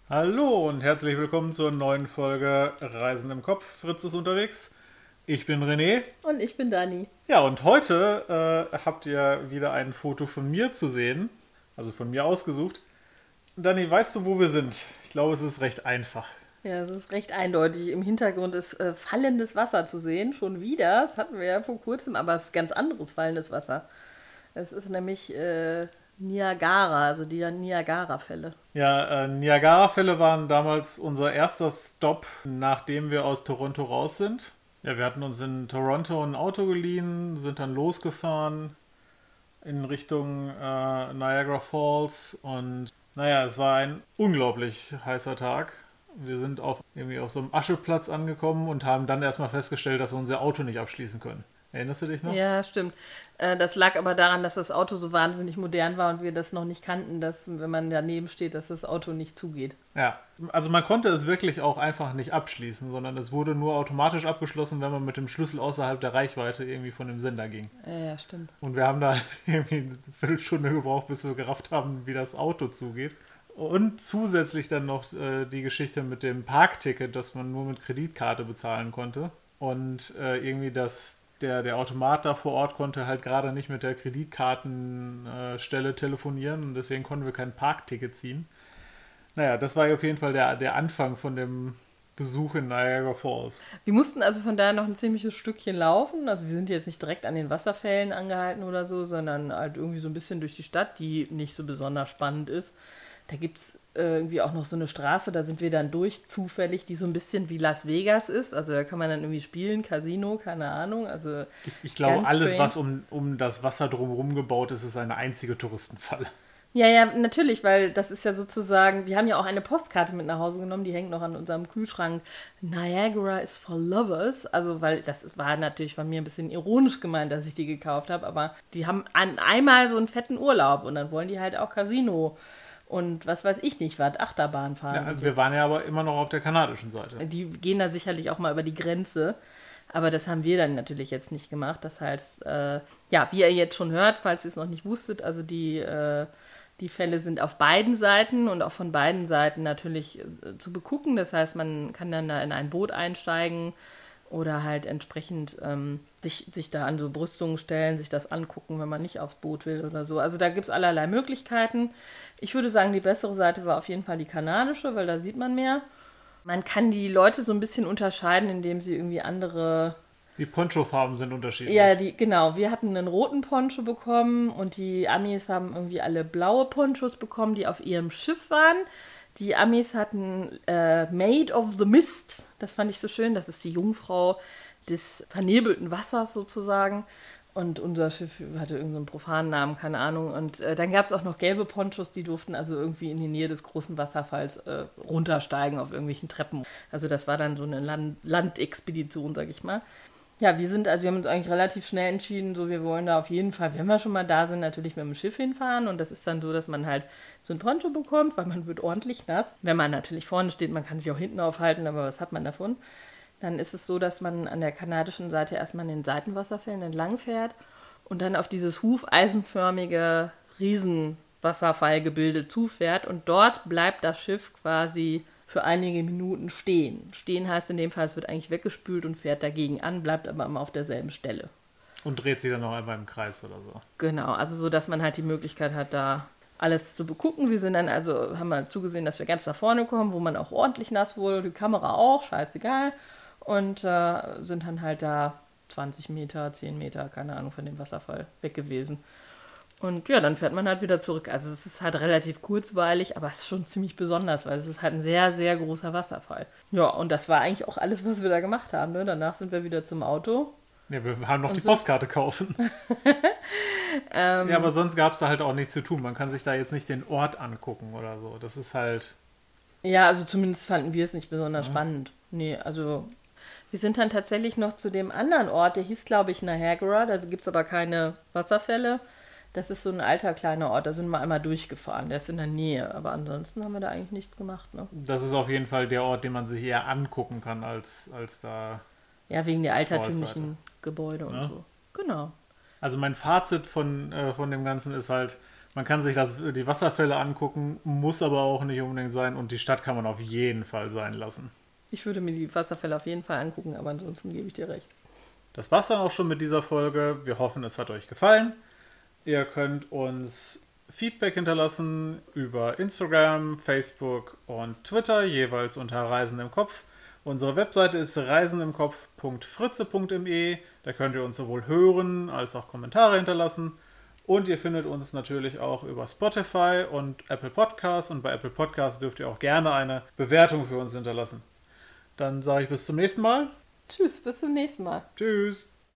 Hallo und herzlich willkommen zur neuen Folge Reisen im Kopf. Fritz ist unterwegs. Ich bin René. Und ich bin Dani. Ja, und heute habt ihr wieder ein Foto von mir zu sehen. Also von mir ausgesucht. Dani, weißt du, wo wir sind? Ich glaube, es ist recht einfach. Ja, es ist recht eindeutig. Im Hintergrund ist fallendes Wasser zu sehen. Schon wieder. Das hatten wir ja vor kurzem, aber es ist ganz anderes fallendes Wasser. Es ist nämlich Niagara, also die Niagara-Fälle. Ja, Niagara-Fälle waren damals unser erster Stop, nachdem wir aus Toronto raus sind. Ja, wir hatten uns in Toronto ein Auto geliehen, sind dann losgefahren in Richtung Niagara Falls und naja, es war ein unglaublich heißer Tag. Wir sind irgendwie auf so einem Ascheplatz angekommen und haben dann erstmal festgestellt, dass wir unser Auto nicht abschließen können. Erinnerst du dich noch? Ja, stimmt. Das lag aber daran, dass das Auto so wahnsinnig modern war und wir das noch nicht kannten, dass, wenn man daneben steht, dass das Auto nicht zugeht. Ja, also man konnte es wirklich auch einfach nicht abschließen, sondern es wurde nur automatisch abgeschlossen, wenn man mit dem Schlüssel außerhalb der Reichweite irgendwie von dem Sender ging. Ja, stimmt. Und wir haben da irgendwie eine Viertelstunde gebraucht, bis wir gerafft haben, wie das Auto zugeht. Und zusätzlich dann noch die Geschichte mit dem Parkticket, das man nur mit Kreditkarte bezahlen konnte. Und irgendwie der Automat da vor Ort konnte halt gerade nicht mit der Kreditkartenstelle telefonieren und deswegen konnten wir kein Parkticket ziehen. Naja, das war auf jeden Fall der Anfang von dem Besuch in Niagara Falls. Wir mussten also von daher noch ein ziemliches Stückchen laufen. Also wir sind jetzt nicht direkt an den Wasserfällen angehalten oder so, sondern halt irgendwie so ein bisschen durch die Stadt, die nicht so besonders spannend ist. Da gibt es irgendwie auch noch so eine Straße, da sind wir dann durch, zufällig, die so ein bisschen wie Las Vegas ist. Also da kann man dann irgendwie spielen, Casino, keine Ahnung. Also Ich glaube, ganz alles, strange. was um das Wasser drumherum gebaut ist, ist eine einzige Touristenfalle. Ja, ja, natürlich, weil das ist ja sozusagen, wir haben ja auch eine Postkarte mit nach Hause genommen, die hängt noch an unserem Kühlschrank. Niagara is for lovers. Also, weil das war natürlich von mir ein bisschen ironisch gemeint, dass ich die gekauft habe, aber die haben einmal so einen fetten Urlaub und dann wollen die halt auch Casino und was weiß ich nicht, was, Achterbahn fahren. Ja, Und also wir waren ja aber immer noch auf der kanadischen Seite. die gehen da sicherlich auch mal über die Grenze. Aber das haben wir dann natürlich jetzt nicht gemacht. Das heißt, ja, wie ihr jetzt schon hört, falls ihr es noch nicht wusstet, also die Fälle sind auf beiden Seiten und auch von beiden Seiten natürlich zu begucken. Das heißt, man kann dann da in ein Boot einsteigen oder halt entsprechend sich da an so Brüstungen stellen, sich das angucken, wenn man nicht aufs Boot will oder so. Also da gibt es allerlei Möglichkeiten. Ich würde sagen, die bessere Seite war auf jeden Fall die kanadische, weil da sieht man mehr. Man kann die Leute so ein bisschen unterscheiden, indem sie irgendwie andere. Die Ponchofarben sind unterschiedlich. Ja, genau. Wir hatten einen roten Poncho bekommen und die Amis haben irgendwie alle blaue Ponchos bekommen, die auf ihrem Schiff waren. Die Amis hatten Maid of the Mist. Das fand ich so schön. Das ist die Jungfrau des vernebelten Wassers sozusagen. Und unser Schiff hatte irgendeinen so profanen Namen, keine Ahnung. Und dann gab es auch noch gelbe Ponchos, die durften also irgendwie in die Nähe des großen Wasserfalls runtersteigen auf irgendwelchen Treppen. Also das war dann so eine Landexpedition, sag ich mal. Ja, wir haben uns eigentlich relativ schnell entschieden, so wir wollen da auf jeden Fall, wenn wir schon mal da sind, natürlich mit dem Schiff hinfahren. Und das ist dann so, dass man halt so ein Poncho bekommt, weil man wird ordentlich nass. Wenn man natürlich vorne steht, man kann sich auch hinten aufhalten, aber was hat man davon? Dann ist es so, dass man an der kanadischen Seite erstmal an den Seitenwasserfällen entlang fährt und dann auf dieses hufeisenförmige Riesenwasserfallgebilde zufährt und dort bleibt das Schiff quasi für einige Minuten stehen. Stehen heißt in dem Fall, es wird eigentlich weggespült und fährt dagegen an, bleibt aber immer auf derselben Stelle. Und dreht sich dann noch einmal im Kreis oder so. Genau, also so, dass man halt die Möglichkeit hat, da alles zu begucken. Wir sind dann also, haben wir zugesehen, dass wir ganz nach vorne kommen, wo man auch ordentlich nass wurde, die Kamera auch, scheißegal. Und sind dann halt da 20 Meter, 10 Meter, keine Ahnung, von dem Wasserfall weg gewesen. Und ja, dann fährt man halt wieder zurück. Also es ist halt relativ kurzweilig, aber es ist schon ziemlich besonders, weil es ist halt ein sehr, sehr großer Wasserfall. Ja, und das war eigentlich auch alles, was wir da gemacht haben. Ne? Danach sind wir wieder zum Auto. Ja, wir haben noch die Postkarte kaufen. Ja, aber sonst gab es da halt auch nichts zu tun. Man kann sich da jetzt nicht den Ort angucken oder so. Das ist halt... Ja, also zumindest fanden wir es nicht besonders spannend. Nee, also wir sind dann tatsächlich noch zu dem anderen Ort, der hieß, glaube ich, Niagara. Da gibt es aber keine Wasserfälle. Das ist so ein alter kleiner Ort, da sind wir einmal durchgefahren. Der ist in der Nähe, aber ansonsten haben wir da eigentlich nichts gemacht. Ne? Das ist auf jeden Fall der Ort, den man sich eher angucken kann, als da... Ja, wegen der altertümlichen Gebäude und so. Genau. Also mein Fazit von dem Ganzen ist halt, Man kann sich die Wasserfälle angucken, muss aber auch nicht unbedingt sein und die Stadt kann man auf jeden Fall sein lassen. Ich würde mir die Wasserfälle auf jeden Fall angucken, aber ansonsten gebe ich dir recht. Das war's dann auch schon mit dieser Folge. Wir hoffen, es hat euch gefallen. Ihr könnt uns Feedback hinterlassen über Instagram, Facebook und Twitter, jeweils unter Reisen im Kopf. Unsere Webseite ist reisenimkopf.fritze.me. Da könnt ihr uns sowohl hören als auch Kommentare hinterlassen. Und ihr findet uns natürlich auch über Spotify und Apple Podcasts. Und bei Apple Podcasts dürft ihr auch gerne eine Bewertung für uns hinterlassen. Dann sage ich bis zum nächsten Mal. Tschüss, bis zum nächsten Mal. Tschüss.